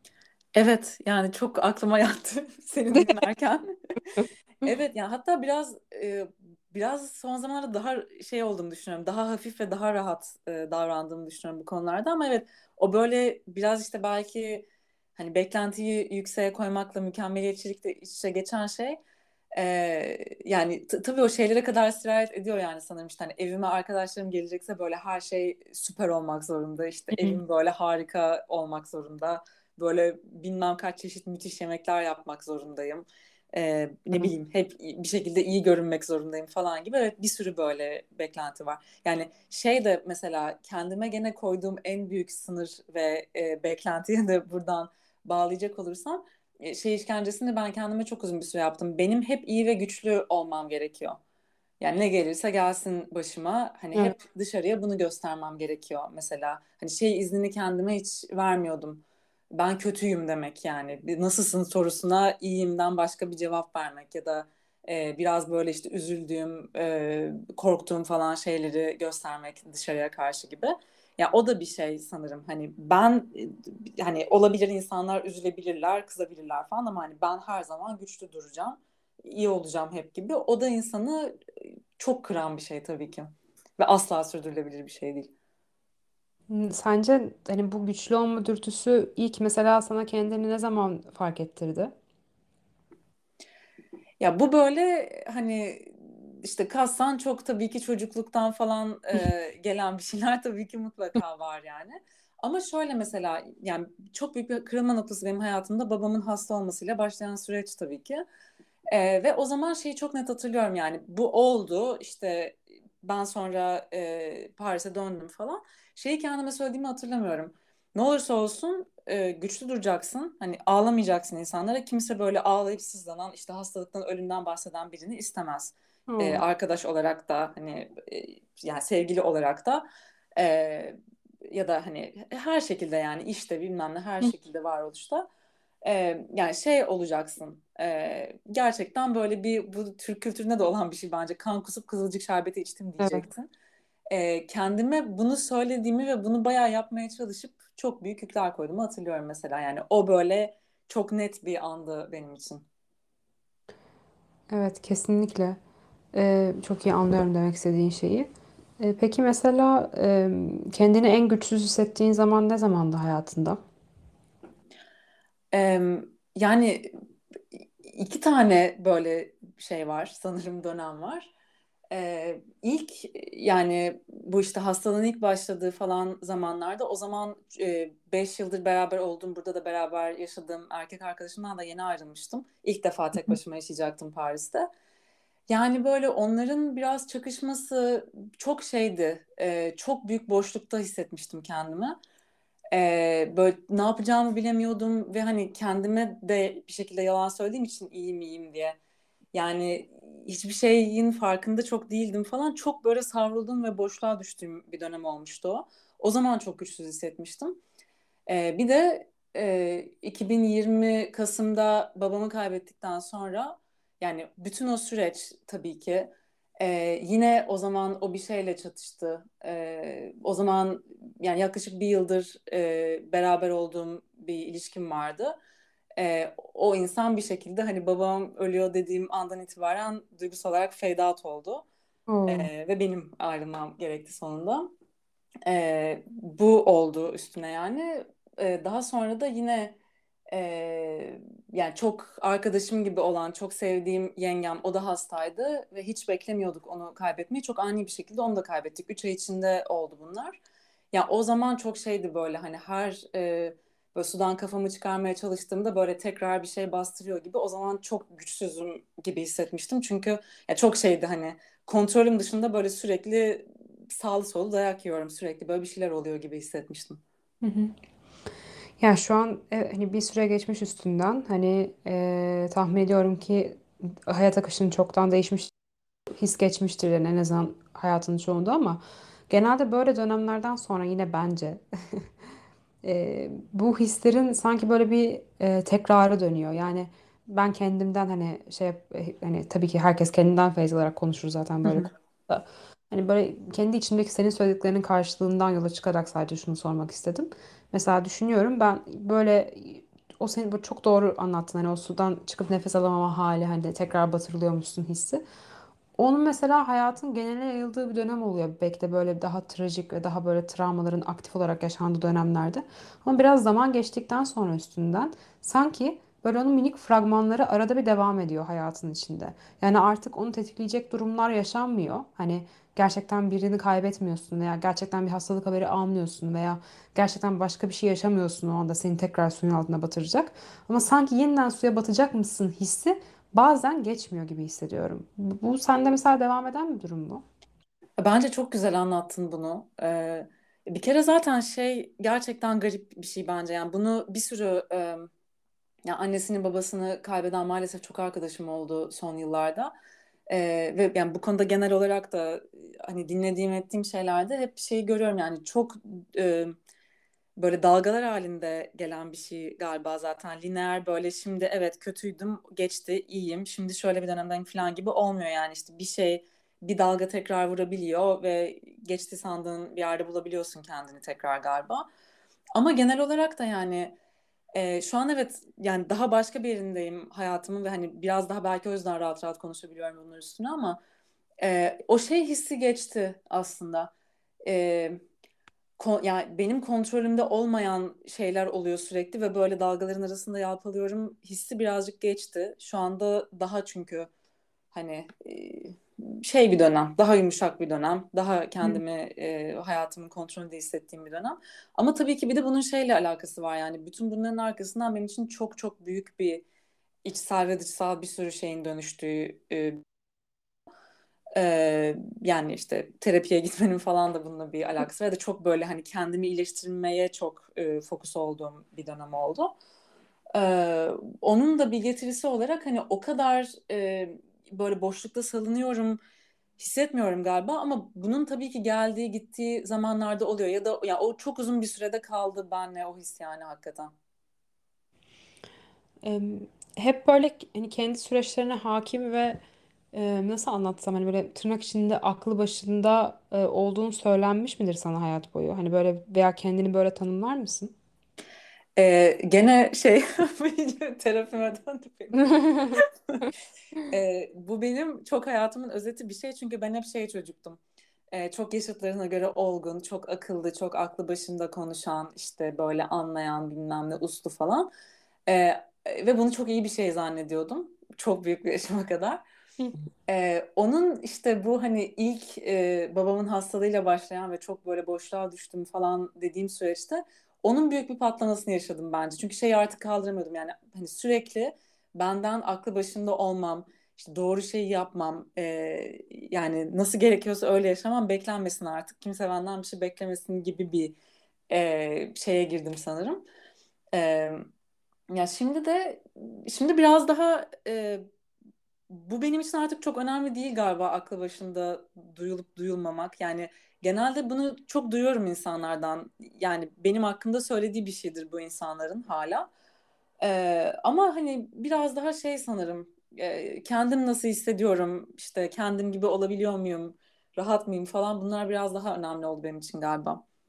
Evet, yani çok aklıma yattı seni dinlerken. Evet, yani hatta biraz e, biraz son zamanlarda daha şey olduğunu düşünüyorum. Daha hafif ve daha rahat e, davrandığımı düşünüyorum bu konularda, ama evet, o böyle biraz işte belki hani beklentiyi yükseğe koymakla mükemmeliyetçilikle iç içe geçen şey, e, yani t- tabii o şeylere kadar sirayet ediyor yani sanırım. İşte hani evime arkadaşlarım gelecekse böyle her şey süper olmak zorunda, işte Hı hı. evim böyle harika olmak zorunda, böyle bilmem kaç çeşit müthiş yemekler yapmak zorundayım. Ee, ne Evet. bileyim, hep bir şekilde iyi görünmek zorundayım falan gibi. Evet, bir sürü böyle beklenti var. Yani şey de mesela kendime gene koyduğum en büyük sınır ve e, beklentiye de buradan bağlayacak olursam, e, şey işkencesini ben kendime çok uzun bir süre yaptım. Benim hep iyi ve güçlü olmam gerekiyor. Yani ne gelirse gelsin başıma, hani hep Evet. dışarıya bunu göstermem gerekiyor mesela. Hani şey iznini kendime hiç vermiyordum. Ben kötüyüm demek yani. Bir nasılsın sorusuna iyiyimden başka bir cevap vermek ya da e, biraz böyle işte üzüldüğüm, e, korktuğum falan şeyleri göstermek dışarıya karşı gibi. Ya o da bir şey sanırım. Hani ben e, hani olabilir, insanlar üzülebilirler, kızabilirler falan, ama hani ben her zaman güçlü duracağım, iyi olacağım hep gibi. O da insanı çok kıran bir şey tabii ki. Ve asla sürdürülebilir bir şey değil. Hmm, sence hani bu güçlü olma dürtüsü ilk mesela sana kendini ne zaman fark ettirdi? Ya bu böyle hani işte kastan çok, tabii ki çocukluktan falan e, gelen bir şeyler tabii ki mutlaka var yani. Ama şöyle mesela, yani çok büyük bir kırılma noktası benim hayatımda babamın hasta olmasıyla başlayan süreç tabii ki. E, ve o zaman şeyi çok net hatırlıyorum, yani bu oldu işte, ben sonra e, Paris'e döndüm falan. Şeyi kendime söylediğimi hatırlamıyorum. Ne olursa olsun e, güçlü duracaksın. Hani ağlamayacaksın insanlara. Kimse böyle ağlayıp sızlanan, işte hastalıktan, ölümden bahseden birini istemez. E, Hmm. arkadaş olarak da hani e, yani sevgili olarak da, e, ya da hani her şekilde, yani işte bilmem ne, her şekilde varoluşta. E, yani şey olacaksın. E, gerçekten böyle bir, bu Türk kültüründe de olan bir şey bence. Kan kusup kızılcık şerbeti içtim Evet. diyecektin. E, kendime bunu söylediğimi ve bunu bayağı yapmaya çalışıp çok büyük yükler koyduğumu hatırlıyorum mesela. Yani o böyle çok net bir andı benim için. Evet, kesinlikle. Ee, çok iyi anlıyorum demek istediğin şeyi. Ee, peki mesela e, kendini en güçsüz hissettiğin zaman ne zamandı hayatında? E, yani iki tane böyle şey var sanırım, dönem var. Ee, ilk yani bu işte hastalığın ilk başladığı falan zamanlarda, o zaman e, beş yıldır beraber olduğum, burada da beraber yaşadığım erkek arkadaşımdan da yeni ayrılmıştım. İlk defa tek başıma yaşayacaktım Paris'te. Yani böyle onların biraz çakışması çok şeydi. Ee, çok büyük boşlukta hissetmiştim kendimi. Ee, böyle ne yapacağımı bilemiyordum ve hani kendime de bir şekilde yalan söylediğim için iyiyim iyiyim diye. Yani hiçbir şeyin farkında çok değildim falan. Çok böyle savruldum ve boşluğa düştüğüm bir dönem olmuştu o. O zaman çok güçsüz hissetmiştim. Ee, bir de e, iki bin yirmi Kasım'da babamı kaybettikten sonra, yani bütün o süreç tabii ki e, yine o zaman o bir şeyle çatıştı. E, o zaman yani yaklaşık bir yıldır e, beraber olduğum bir ilişkim vardı. e, o insan bir şekilde hani babam ölüyor dediğim andan itibaren duygusal olarak fade out oldu. Oo. E, ve benim ayrılmam gerekti sonunda. E, bu oldu üstüne yani. E, daha sonra da yine e, yani çok arkadaşım gibi olan, çok sevdiğim yengem, o da hastaydı ve hiç beklemiyorduk onu kaybetmeyi. Çok ani bir şekilde onu da kaybettik. Üç ay içinde oldu bunlar. Ya o zaman çok şeydi böyle hani her e, böyle sudan kafamı çıkarmaya çalıştığımda böyle tekrar bir şey bastırıyor gibi. O zaman çok güçsüzüm gibi hissetmiştim. Çünkü ya çok şeydi hani kontrolüm dışında böyle sürekli sağlı solu dayak yiyorum. Sürekli böyle bir şeyler oluyor gibi hissetmiştim. Hı hı. Ya şu an e, hani bir süre geçmiş üstünden hani e, tahmin ediyorum ki hayat akışın çoktan değişmiş, his geçmiştir yani en azından hayatının çoğunda, ama genelde böyle dönemlerden sonra yine bence e, bu hislerin sanki böyle bir e, tekrarı dönüyor. Yani ben kendimden hani şey yap- e, hani tabii ki herkes kendinden feyz alarak konuşur zaten Hı böyle hı. konuda. Hani böyle kendi içimdeki senin söylediklerinin karşılığından yola çıkarak sadece şunu sormak istedim. Mesela düşünüyorum ben böyle, o senin böyle çok doğru anlattın hani o sudan çıkıp nefes alamama hali, hani tekrar batırılıyormuşsun hissi. Onun mesela hayatın geneline yayıldığı bir dönem oluyor. Belki de böyle daha trajik ve daha böyle travmaların aktif olarak yaşandığı dönemlerde. Ama biraz zaman geçtikten sonra üstünden sanki böyle onun minik fragmanları arada bir devam ediyor hayatın içinde. Yani artık onu tetikleyecek durumlar yaşanmıyor. Hani gerçekten birini kaybetmiyorsun veya gerçekten bir hastalık haberi almıyorsun veya gerçekten başka bir şey yaşamıyorsun o anda seni tekrar suyun altına batıracak. Ama sanki yeniden suya batacak mısın hissi bazen geçmiyor gibi hissediyorum. Bu bu sende mesela devam eden bir durum mu? Bence çok güzel anlattın bunu. Ee, bir kere zaten şey gerçekten garip bir şey bence. Yani bunu bir sürü e, yani annesini babasını kaybeden maalesef çok arkadaşım oldu son yıllarda. Ee, ve yani bu konuda genel olarak da hani dinlediğim ettiğim şeylerde hep şeyi görüyorum yani çok e, böyle dalgalar halinde gelen bir şey galiba zaten. Lineer böyle şimdi evet kötüydüm geçti iyiyim şimdi şöyle bir dönemden falan gibi olmuyor yani işte bir şey bir dalga tekrar vurabiliyor ve geçti sandığın bir yerde bulabiliyorsun kendini tekrar galiba. Ama genel olarak da yani e, şu an evet yani daha başka bir yerindeyim hayatımın ve hani biraz daha belki o yüzden rahat rahat konuşabiliyorum bunlar üstüne ama e, o şey hissi geçti aslında. E, ko- yani benim kontrolümde olmayan şeyler oluyor sürekli ve böyle dalgaların arasında yalpalıyorum hissi birazcık geçti. Şu anda daha çünkü hani e, şey bir dönem, daha yumuşak bir dönem, daha Hı. kendimi e, hayatımın kontrolünde hissettiğim bir dönem. Ama tabii ki bir de bunun şeyle alakası var yani bütün bunların arkasından benim için çok çok büyük bir içsel ve dışsal bir sürü şeyin dönüştüğü e, ee, yani işte terapiye gitmenin falan da bununla bir alakası var. Ya da çok böyle hani kendimi iyileştirmeye çok e, fokus olduğum bir dönem oldu. Ee, onun da bir getirisi olarak hani o kadar e, böyle boşlukta salınıyorum hissetmiyorum galiba ama bunun tabii ki geldiği gittiği zamanlarda oluyor ya da ya o çok uzun bir sürede kaldı benle o his yani hakikaten. Em, Hep böyle hani kendi süreçlerine hakim ve e, nasıl anlatsam hani böyle tırnak içinde aklı başında e, olduğun söylenmiş midir sana hayat boyu? Hani böyle veya kendini böyle tanımlar mısın? Ee, gene şey terapime döndü benim. Ee, bu benim çok hayatımın özeti bir şey çünkü ben hep şey çocuktum. Ee, çok yaşıtlarına göre olgun, çok akıllı, çok aklı başında konuşan, işte böyle anlayan bilmem ne uslu falan. Ee, ve bunu çok iyi bir şey zannediyordum. Çok büyük bir yaşıma kadar. Ee, onun işte bu hani ilk e, babamın hastalığıyla başlayan ve çok böyle boşluğa düştüm falan dediğim süreçte onun büyük bir patlamasını yaşadım bence. Çünkü şeyi artık kaldıramıyordum yani hani sürekli benden aklı başında olmam, işte doğru şeyi yapmam, e, yani nasıl gerekiyorsa öyle yaşamam beklenmesin artık. Kimse benden bir şey beklemesin gibi bir e, şeye girdim sanırım. E, ya şimdi de şimdi biraz daha e, bu benim için artık çok önemli değil galiba aklı başında duyulup duyulmamak. Yani genelde bunu çok duyuyorum insanlardan. Yani benim hakkımda söylediği bir şeydir bu insanların hala. Ee, ama hani biraz daha şey sanırım. e, kendim nasıl hissediyorum, işte kendim gibi olabiliyor muyum, rahat mıyım falan bunlar biraz daha önemli oldu benim için galiba.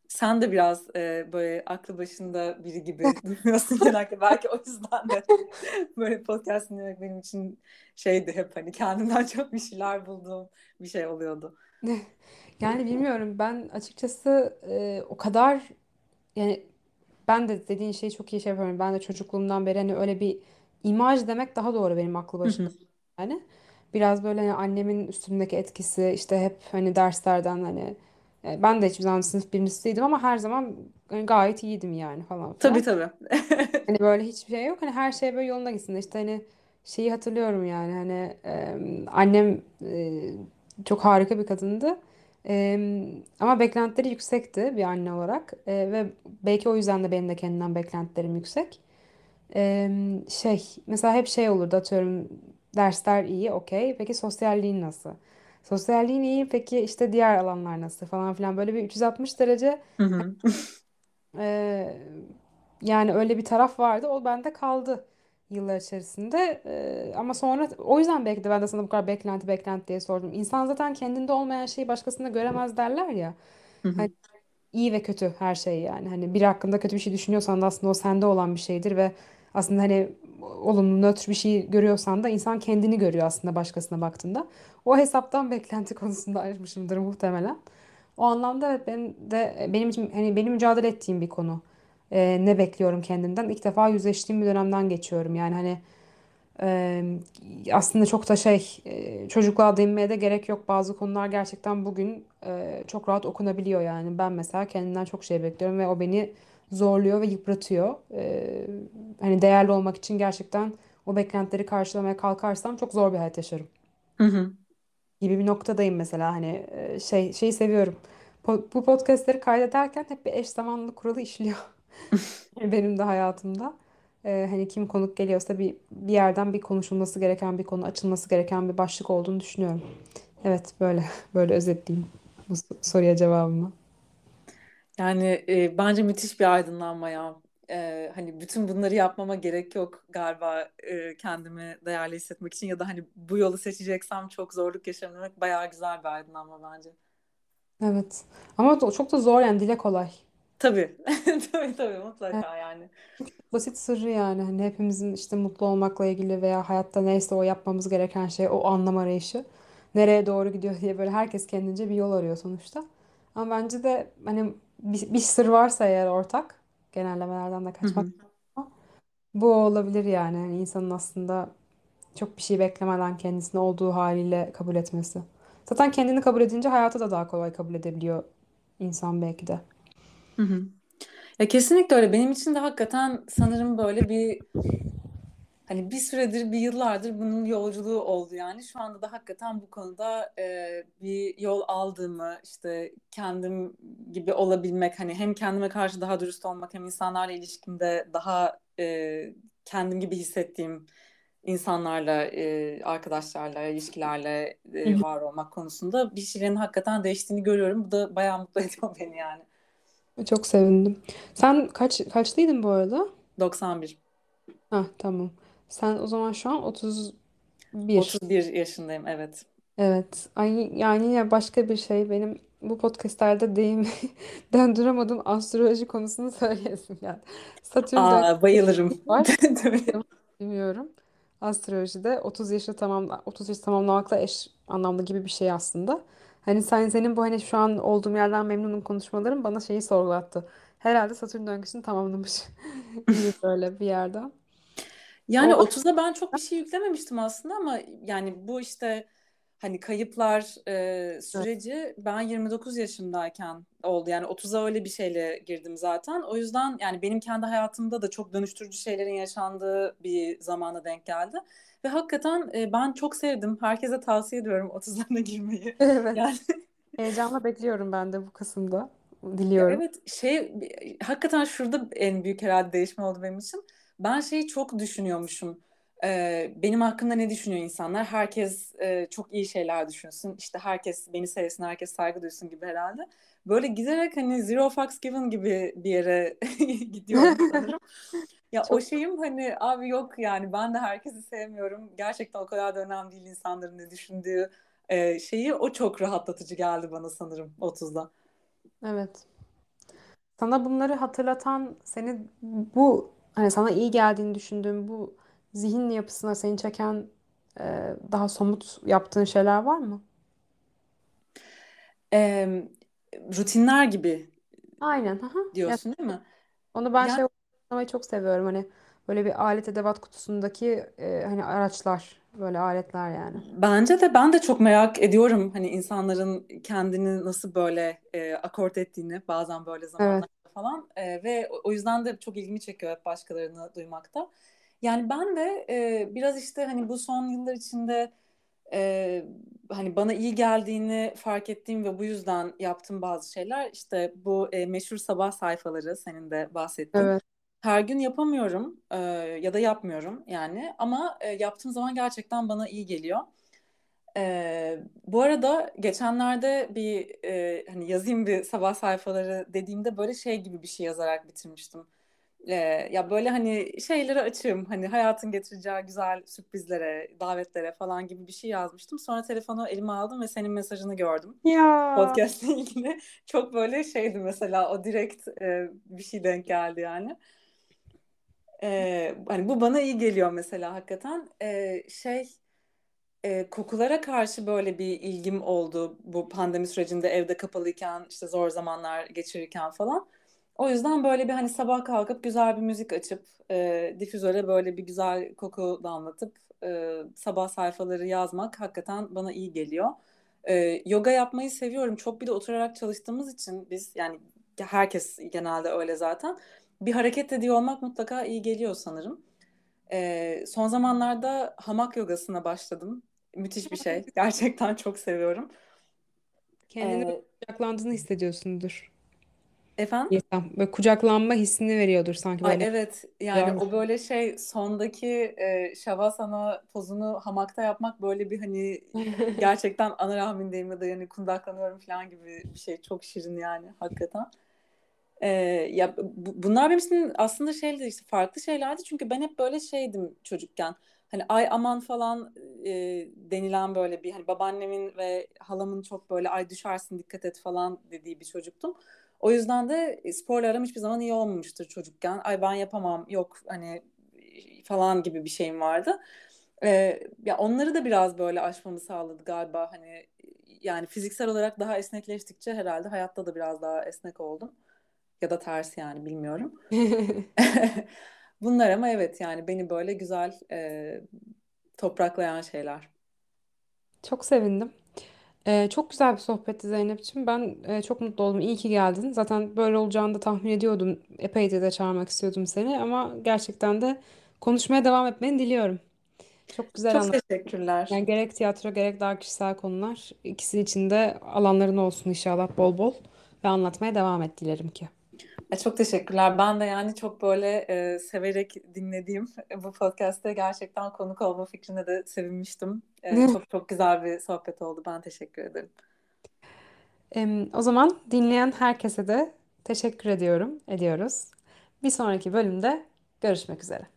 Sen de biraz e, böyle aklı başında biri gibi duruyorsun genellikle. Belki o yüzden de böyle podcast dinlemek benim için şeydi, hep hani kendimden çok bir şeyler bulduğum bir şey oluyordu. Yani bilmiyorum, ben açıkçası e, o kadar, yani ben de dediğin şeyi çok iyi şey yapıyorum. Ben de çocukluğumdan beri hani öyle bir imaj demek daha doğru benim aklı Hı başında. hı. Yani biraz böyle hani annemin üstümdeki etkisi, işte hep hani derslerden hani e, ben de hiçbir zaman sınıf birincisiydim ama her zaman hani gayet iyiydim yani falan Tabii filan. tabii. Hani böyle hiçbir şey yok. Hani her şey böyle yoluna gitsin. İşte hani şeyi hatırlıyorum yani hani e, annem e, çok harika bir kadındı. E, ama beklentileri yüksekti bir anne olarak. E, ve belki o yüzden de benim de kendimden beklentilerim yüksek. E, şey mesela hep şey olurdu, atıyorum dersler iyi, okey. Peki sosyalliğin nasıl? Sosyalliğin iyi, peki işte diğer alanlar nasıl falan filan, böyle bir üç yüz altmış derece. Hı hı. Ee, yani öyle bir taraf vardı. O bende kaldı yıllar içerisinde. Ee, ama sonra o yüzden belki de ben de sana bu kadar beklenti beklenti diye sordum. İnsan zaten kendinde olmayan şeyi başkasında göremez derler ya. Hı Hani hı. iyi ve kötü her şey yani. Hani biri hakkında kötü bir şey düşünüyorsan da aslında o sende olan bir şeydir ve aslında hani olumlu nötr bir şey görüyorsan da insan kendini görüyor aslında başkasına baktığında. O hesaptan beklenti konusunda ayrışmışımdır muhtemelen. O anlamda evet, benim de benim için hani benim mücadele ettiğim bir konu. Ee, ne bekliyorum kendimden? İlk defa yüzleştiğim bir dönemden geçiyorum. Yani hani e, aslında çok da şey e, çocukluğa değinmeye de gerek yok. Bazı konular gerçekten bugün e, çok rahat okunabiliyor yani. Ben mesela kendimden çok şey bekliyorum ve o beni zorluyor ve yıpratıyor. Ee, hani değerli olmak için gerçekten o beklentileri karşılamaya kalkarsam çok zor bir hayat yaşarım Hı hı. gibi bir noktadayım mesela. Hani e, şey şeyi seviyorum. Po- bu podcastleri kaydederken hep bir eş zamanlılık kuralı işliyor benim de hayatımda. E, hani kim konuk geliyorsa bir bir yerden bir konuşulması gereken bir konu, açılması gereken bir başlık olduğunu düşünüyorum. Evet, böyle böyle özetleyeyim bu so- soruya cevabımı. Yani e, bence müthiş bir aydınlanma ya. E, hani bütün bunları yapmama gerek yok galiba, e, kendimi değerli hissetmek için, ya da hani bu yolu seçeceksem çok zorluk yaşarım demek bayağı güzel bir aydınlanma bence. Evet. Ama da- çok da zor yani, dile kolay. Tabii. Tabii tabii, mutlaka yani. Basit sırrı yani, hani hepimizin işte mutlu olmakla ilgili veya hayatta neyse o yapmamız gereken şey, o anlam arayışı nereye doğru gidiyor diye böyle herkes kendince bir yol arıyor sonuçta. Ama bence de hani bir, bir sır varsa eğer ortak, genellemelerden de Hı kaçmak, hı. bu olabilir yani. Hani insanın aslında çok bir şey beklemeden kendisini olduğu haliyle kabul etmesi. Zaten kendini kabul edince hayatı da daha kolay kabul edebiliyor insan belki de. Hı hı. Ya kesinlikle öyle. Benim için de hakikaten sanırım böyle bir, hani bir süredir, bir yıllardır bunun yolculuğu oldu yani. Şu anda da hakikaten bu konuda e, bir yol aldığımı, işte kendim gibi olabilmek, hani hem kendime karşı daha dürüst olmak, hem insanlarla ilişkimde daha e, kendim gibi hissettiğim insanlarla, e, arkadaşlarla, ilişkilerle Hı e, hı. var olmak konusunda bir şeylerin hakikaten değiştiğini görüyorum. Bu da bayağı mutlu ediyor beni yani. Çok sevindim. Sen kaç kaçlıydın bu arada? doksan bir. Ha, tamam. Sen o zaman şu an otuz bir. otuz bir yaşındayım, evet. Evet. Ay, yani yine başka bir şey, benim bu podcastlerde deyim döndüremedim, astroloji konusunu söyleyesim yani. Satürn dönemi Aa, bayılırım. var. Tabii. Bilmiyorum. Astrolojide otuz yaşı tamam otuz yaşı tamamlamakla eş anlamlı gibi bir şey aslında. Hani sen senin bu hani şu an olduğum yerden memnunum konuşmaların bana şeyi sorgulattı. Herhalde Satürn döngüsünü tamamlamış gibi böyle bir yerden. Yani O otuza ben çok bir şey yüklememiştim aslında, ama yani bu işte hani kayıplar e, süreci ben yirmi dokuz yaşımdayken oldu. Yani otuza öyle bir şeyle girdim zaten. O yüzden yani benim kendi hayatımda da çok dönüştürücü şeylerin yaşandığı bir zamana denk geldi. Ve hakikaten e, ben çok sevdim. Herkese tavsiye ediyorum otuzlarına girmeyi. evet. Yani Heyecanla bekliyorum ben de bu kısımda. ya Diliyorum. evet, şey, hakikaten şurada en büyük herhalde değişme oldu benim için. Ben şeyi çok düşünüyormuşum. Ee, benim hakkımda ne düşünüyor insanlar? Herkes e, çok iyi şeyler düşünsün. İşte herkes beni sevsin, herkes saygı duysun gibi herhalde. Böyle giderek hani zero fucks given gibi bir yere gidiyorum sanırım. Ya o Çok şeyim hani, abi yok yani, ben de herkesi sevmiyorum. Gerçekten o kadar da önemli değil insanların ne düşündüğü e, şeyi. O çok rahatlatıcı geldi bana sanırım otuzda. evet. Sana bunları hatırlatan, seni bu hani sana iyi geldiğini düşündüğün bu zihin yapısına seni çeken e, daha somut yaptığın şeyler var mı? Ee, Rutinler gibi Aynen. Aha. Ya, diyorsun değil mi? onu ben şey Yani oynamayı çok seviyorum. Hani böyle bir alet edevat kutusundaki e, hani araçlar, böyle aletler yani. bence de ben de çok merak ediyorum hani insanların kendini nasıl böyle e, akort ettiğini bazen böyle Evet. zamanlarda falan. E, ve o o yüzden de çok ilgimi çekiyor hep başkalarını duymakta. Yani ben de e, biraz işte hani bu son yıllar içinde e, hani bana iyi geldiğini fark ettiğim ve bu yüzden yaptığım bazı şeyler işte bu e, meşhur sabah sayfaları senin de bahsettin. Evet. Her gün yapamıyorum e, ya da yapmıyorum yani ama e, yaptığım zaman gerçekten bana iyi geliyor. E, Bu arada geçenlerde bir e, hani yazayım bir sabah sayfaları dediğimde böyle şey gibi bir şey yazarak bitirmiştim. Ee, ya böyle hani şeyleri açığım hani hayatın getireceği güzel sürprizlere, davetlere falan gibi bir şey yazmıştım. Sonra telefonu elime aldım ve senin mesajını gördüm. Ya. Podcast'le ilgili çok böyle şeydi mesela o direkt e, bir şey denk geldi yani. Ee, hani bu bana iyi geliyor mesela hakikaten. Ee, şey e, kokulara karşı böyle bir ilgim oldu bu pandemi sürecinde evde kapalıyken işte zor zamanlar geçirirken falan. O yüzden böyle bir hani sabah kalkıp güzel bir müzik açıp e, difüzöre böyle bir güzel koku damlatıp e, sabah sayfaları yazmak hakikaten bana iyi geliyor. E, yoga yapmayı seviyorum. Çok bir de oturarak çalıştığımız için biz yani herkes genelde öyle zaten. Bir hareket ediyor olmak mutlaka iyi geliyor sanırım. Ee, son zamanlarda hamak yogasına başladım. Müthiş bir şey. Gerçekten çok seviyorum. Kendini böyle Ee, kucaklandığını hissediyorsundur. Efendim? İnsan böyle kucaklanma hissini veriyordur sanki Ay böyle evet yani güzelmiş. o böyle şey sondaki e, şavasana pozunu hamakta yapmak böyle bir hani gerçekten ana rahmindeyim ya da yani kundaklanıyorum falan gibi bir şey. Çok şirin yani hakikaten. Ee, ya bu- bunlar benim için aslında şeydi işte farklı şeylerdi çünkü ben hep böyle şeydim çocukken. Hani ay aman falan e, denilen böyle bir hani babaannemin ve halamın çok böyle ay düşersin dikkat et falan dediği bir çocuktum. O yüzden de e, sporla aram hiçbir zaman iyi olmamıştır çocukken. Ay ben yapamam yok hani e, falan gibi bir şeyim vardı. Ee, ya onları da biraz böyle aşmamı sağladı galiba hani yani fiziksel olarak daha esnekleştikçe herhalde hayatta da biraz daha esnek oldum. Ya da tersi yani bilmiyorum. Bunlar ama evet yani beni böyle güzel e, topraklayan şeyler. Çok sevindim. Ee, çok güzel bir sohbetti Zeynep'ciğim. Ben e, çok mutlu oldum. İyi ki geldin. Zaten böyle olacağını da tahmin ediyordum. Epeydir de çağırmak istiyordum seni ama gerçekten de konuşmaya devam etmeni diliyorum. Çok güzel Çok anlat. teşekkürler. Yani gerek tiyatro gerek daha kişisel konular. İkisi için de alanların olsun inşallah bol bol ve anlatmaya devam et dilerim ki. E, çok teşekkürler. Ben de yani çok böyle e, severek dinlediğim bu podcast'te gerçekten konuk olma fikrine de sevinmiştim. E, çok çok güzel bir sohbet oldu. Ben teşekkür ederim. Em, o zaman dinleyen herkese de teşekkür ediyorum, ediyoruz. Bir sonraki bölümde görüşmek üzere.